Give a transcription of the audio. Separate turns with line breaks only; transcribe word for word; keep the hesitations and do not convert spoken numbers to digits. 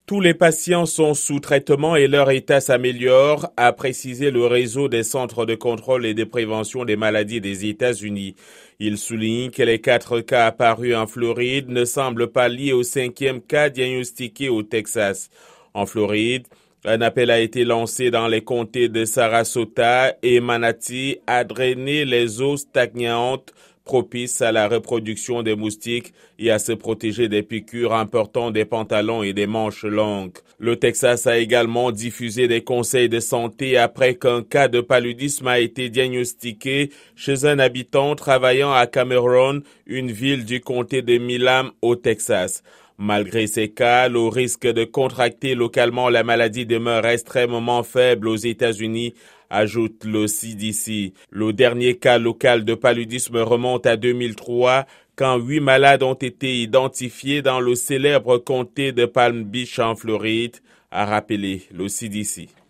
Tous les patients sont sous traitement et leur état s'améliore, a précisé le réseau des centres de contrôle et de prévention des maladies des États-Unis. Il souligne que les quatre cas apparus en Floride ne semblent pas liés au cinquième cas diagnostiqué au Texas. En Floride, un appel a été lancé dans les comtés de Sarasota et Manatee à drainer les eaux stagnantes propices à la reproduction des moustiques et à se protéger des piqûres en portant des pantalons et des manches longues. Le Texas a également diffusé des conseils de santé après qu'un cas de paludisme a été diagnostiqué chez un habitant travaillant à Cameron, une ville du comté de Milam au Texas. Malgré ces cas, le risque de contracter localement la maladie demeure extrêmement faible aux États-Unis, ajoute le C D C. Le dernier cas local de paludisme remonte à deux mille trois, quand huit malades ont été identifiés dans le célèbre comté de Palm Beach en Floride, a rappelé le C D C.